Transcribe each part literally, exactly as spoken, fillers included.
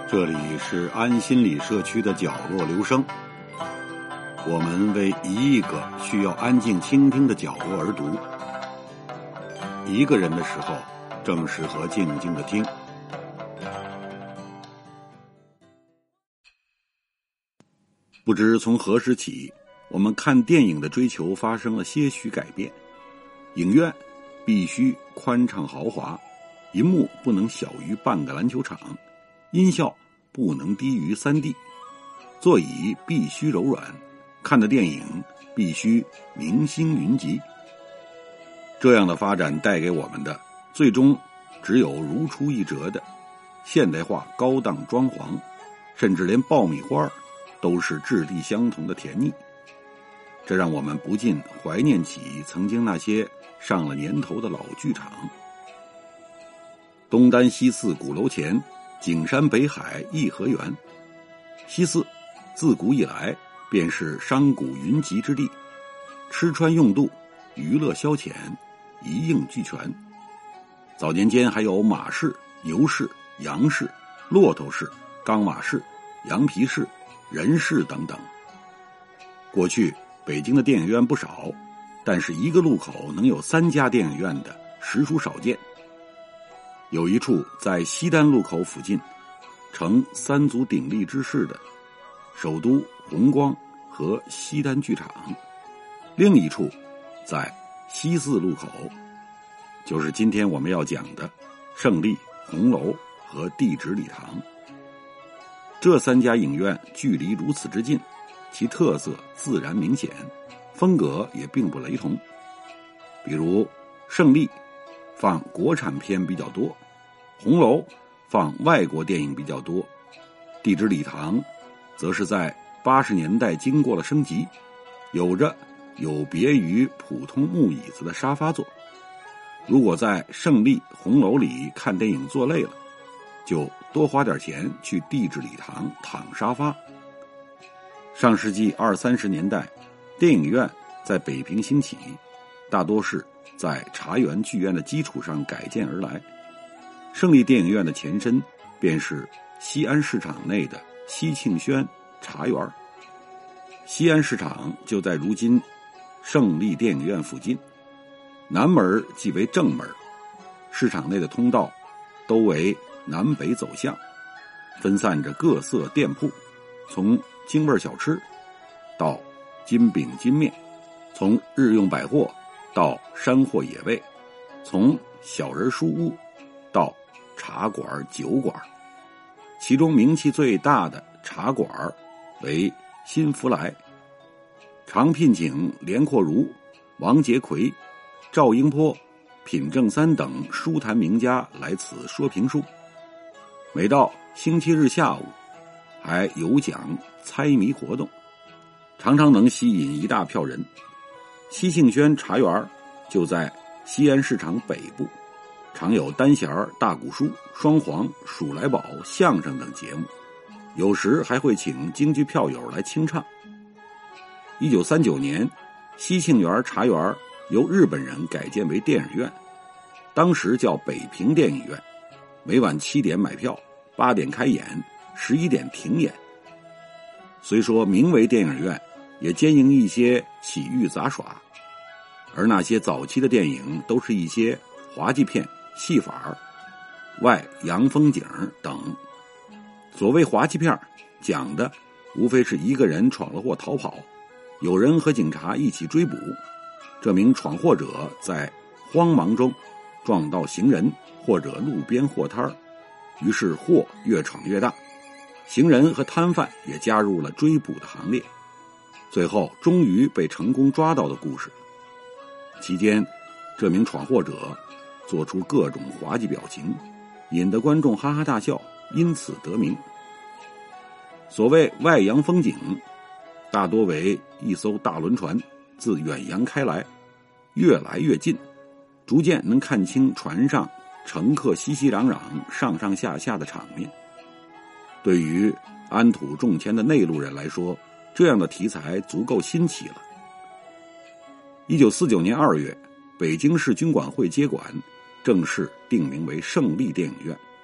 这里是安心理社区的角落留声，我们为一亿个需要安静倾听的角落而读。一个人的时候，正适合静静的听。不知从何时起，我们看电影的追求发生了些许改变。影院必须宽敞豪华，银幕不能小于半个篮球场，音效不能低于 三 D， 座椅必须柔软，看的电影必须明星云集。这样的发展带给我们的，最终只有如出一辙的现代化高档装潢，甚至连爆米花都是质地相同的甜腻。这让我们不禁怀念起曾经那些上了年头的老剧场。东单西四鼓楼前，景山北海颐和园。西四自古以来便是商贾云集之地，吃穿用度、娱乐消遣一应俱全。早年间还有马市、牛市、羊市、骆头市、钢马市、羊皮市、人市等等。过去北京的电影院不少，但是一个路口能有三家电影院的实属少见。有一处在西单路口附近，呈三足鼎立之势的首都红光和西单剧场；另一处在西四路口，就是今天我们要讲的胜利、红楼和地质礼堂。这三家影院距离如此之近，其特色自然明显，风格也并不雷同。比如胜利放国产片比较多，红楼放外国电影比较多，地质礼堂则是在八十年代经过了升级，有着有别于普通木椅子的沙发座。如果在胜利、红楼里看电影坐累了，就多花点钱去地质礼堂躺沙发。上世纪二三十年代，电影院在北平兴起，大多是在茶园剧院的基础上改建而来。胜利电影院的前身便是西安市场内的西庆轩茶园。西安市场就在如今胜利电影院附近，南门即为正门，市场内的通道都为南北走向，分散着各色店铺，从京味小吃到金饼金面，从日用百货到山货野味，从小人书屋到茶馆酒馆。其中名气最大的茶馆为新福来，常聘请连阔如、王杰奎、赵英坡、品正三等书坛名家来此说评书。每到星期日下午还有奖猜谜活动，常常能吸引一大票人。西庆轩茶园就在西安市场北部，常有单弦、大鼓书、双簧、数来宝、相声等节目，有时还会请京剧票友来清唱。一九三九年，西庆园茶园由日本人改建为电影院，当时叫北平电影院，每晚七点买票，八点开演，十一点停演。虽说名为电影院，也兼营一些洗浴杂耍，而那些早期的电影都是一些滑稽片、戏法、外洋风景等。所谓滑稽片，讲的无非是一个人闯了祸逃跑，有人和警察一起追捕，这名闯祸者在慌忙中撞到行人或者路边货摊，于是祸越闯越大，行人和摊贩也加入了追捕的行列，最后终于被成功抓到的故事。期间，这名闯祸者做出各种滑稽表情，引得观众哈哈大笑，因此得名。所谓外洋风景，大多为一艘大轮船自远洋开来，越来越近，逐渐能看清船上乘客熙熙攘攘、上上下下的场面。对于安土重迁的内陆人来说，这样的题材足够新奇了。一九四九年二月，北京市军管会接管，正式定名为胜利电影院。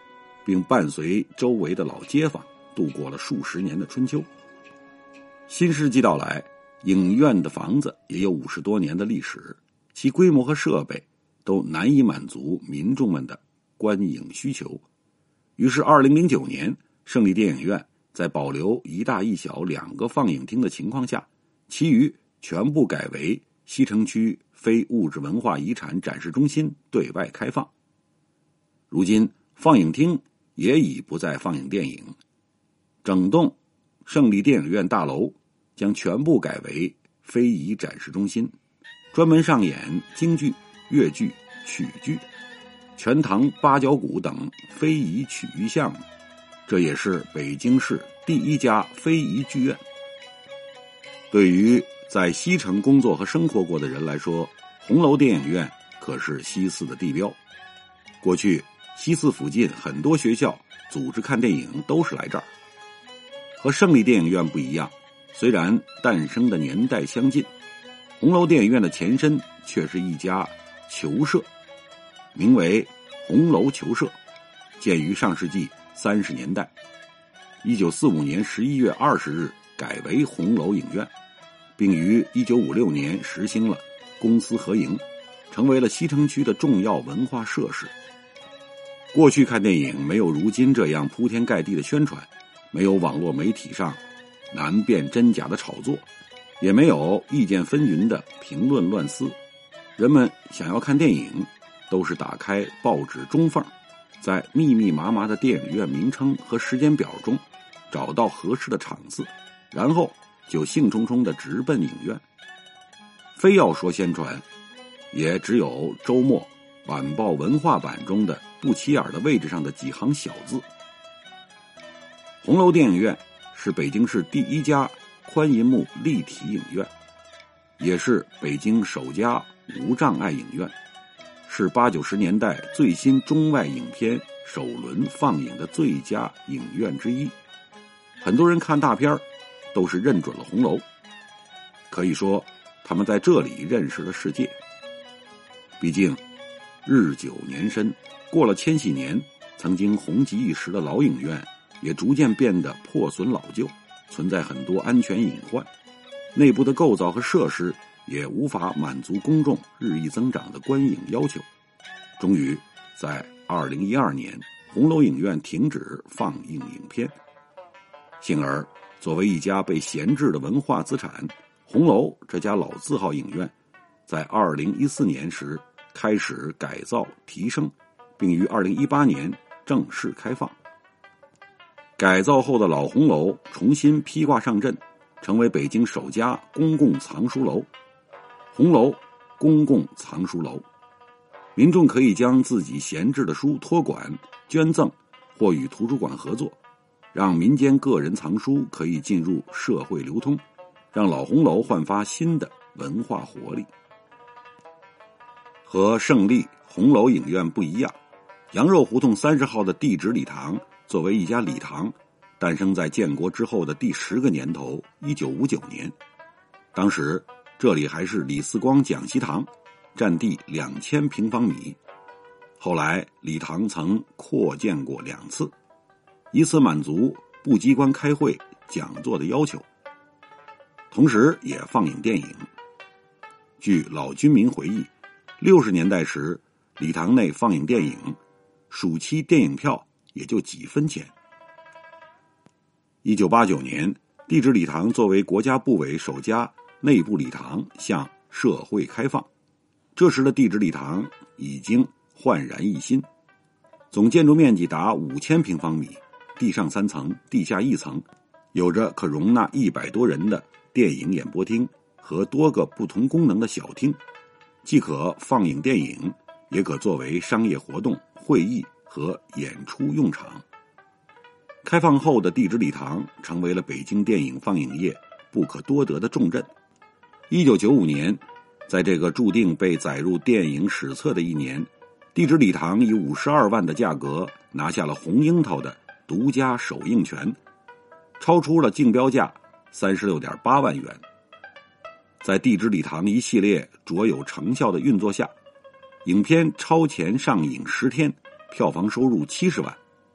并伴随周围的老街坊度过了数十年的春秋。新世纪到来，影院的房子也有五十多年的历史，其规模和设备都难以满足民众们的观影需求。于是二零零九年，胜利电影院在保留一大一小两个放映厅的情况下，其余全部改为西城区非物质文化遗产展示中心对外开放。如今放映厅也已不再放映电影，整栋胜利电影院大楼将全部改为非遗展示中心，专门上演京剧、越剧、曲剧、全唐八角鼓等非遗曲艺项目，这也是北京市第一家非遗剧院。对于在西城工作和生活过的人来说，红楼电影院可是西四的地标。过去西四附近很多学校组织看电影都是来这儿。和胜利电影院不一样，虽然诞生的年代相近，红楼电影院的前身却是一家球社，名为红楼球社，建于上世纪三十年代。一九四五年十一月二十日改为红楼影院，并于一九五六年实行了公私合营，成为了西城区的重要文化设施。过去看电影没有如今这样铺天盖地的宣传，没有网络媒体上难辨真假的炒作，也没有意见纷纭的评论乱撕。人们想要看电影，都是打开报纸中缝，在密密麻麻的电影院名称和时间表中找到合适的场次，然后就兴冲冲地直奔影院。非要说宣传，也只有周末晚报文化版中的不起眼的位置上的几行小字。红楼电影院是北京市第一家宽银幕立体影院，也是北京首家无障碍影院，是八九十年代最新中外影片首轮放映的最佳影院之一。很多人看大片都是认准了红楼，可以说他们在这里认识了世界。毕竟日久年深，过了千禧年，曾经红极一时的老影院也逐渐变得破损老旧，存在很多安全隐患，内部的构造和设施也无法满足公众日益增长的观影要求。终于在二零一二年，红楼影院停止放映影片。幸而作为一家被闲置的文化资产，红楼这家老字号影院在二零一四年时开始改造提升，并于二零一八年正式开放。改造后的老红楼重新披挂上阵，成为北京首家公共藏书楼——红楼公共藏书楼。民众可以将自己闲置的书托管、捐赠或与图书馆合作，让民间个人藏书可以进入社会流通，让老红楼焕发新的文化活力。和胜利红楼影院不一样，羊肉胡同三十号的地质礼堂作为一家礼堂，诞生在建国之后的第十个年头一九五九年。当时这里还是李四光讲习堂，占地两千平方米。后来礼堂曾扩建过两次，以此满足部机关开会讲座的要求，同时也放映电影。据老居民回忆，六十年代时礼堂内放映电影，暑期电影票也就几分钱。一九八九年，地质礼堂作为国家部委首家内部礼堂向社会开放。这时的地质礼堂已经焕然一新，总建筑面积达五千平方米，地上三层，地下一层，有着可容纳一百多人的电影演播厅和多个不同功能的小厅，既可放映电影，也可作为商业活动、会议和演出用场。开放后的地质礼堂成为了北京电影放映业不可多得的重镇。一九九五年，在这个注定被载入电影史册的一年，地质礼堂以五十二万的价格拿下了红樱桃的独家首映权，超出了竞标价三十六点八万元。在地质礼堂一系列卓有成效的运作下，影片超前上映十天，票房收入七十万，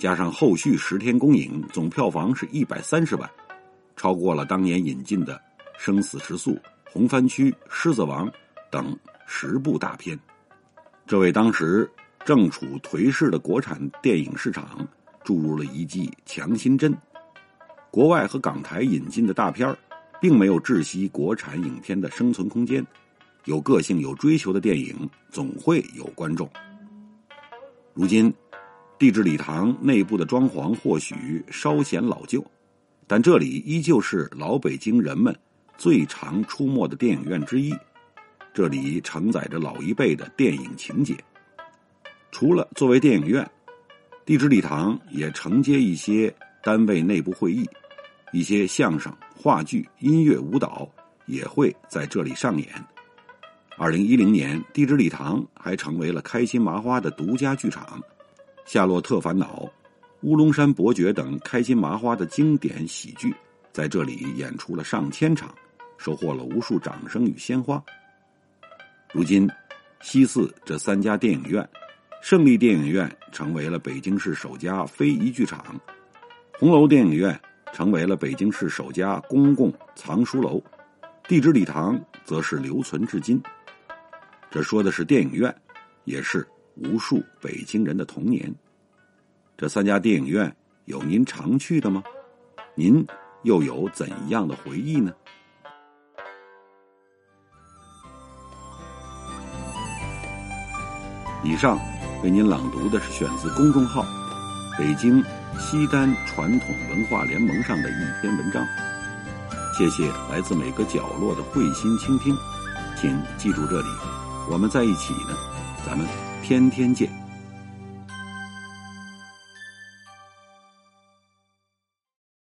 加上后续十天公映，总票房是一百三十万，超过了当年引进的《生死时速》《红番区》《狮子王》等十部大片，这为当时正处颓势的国产电影市场注入了一剂强心针。国外和港台引进的大片并没有窒息国产影片的生存空间，有个性有追求的电影总会有观众。如今地质礼堂内部的装潢或许稍显老旧，但这里依旧是老北京人们最常出没的电影院之一，这里承载着老一辈的电影情节。除了作为电影院，地质礼堂也承接一些单位内部会议，一些相声、话剧、音乐、舞蹈也会在这里上演。二零一零年，地质礼堂还成为了开心麻花的独家剧场，夏洛特烦恼、乌龙山伯爵等开心麻花的经典喜剧在这里演出了上千场，收获了无数掌声与鲜花。如今西四这三家电影院，胜利电影院成为了北京市首家非遗剧场，红楼电影院成为了北京市首家公共藏书楼，地质礼堂则是留存至今。这说的是电影院，也是无数北京人的童年。这三家电影院有您常去的吗？您又有怎样的回忆呢？以上为您朗读的是选自公众号北京西单传统文化联盟上的一篇文章，谢谢来自每个角落的慧心倾听，请记住这里，我们在一起呢，咱们天天见。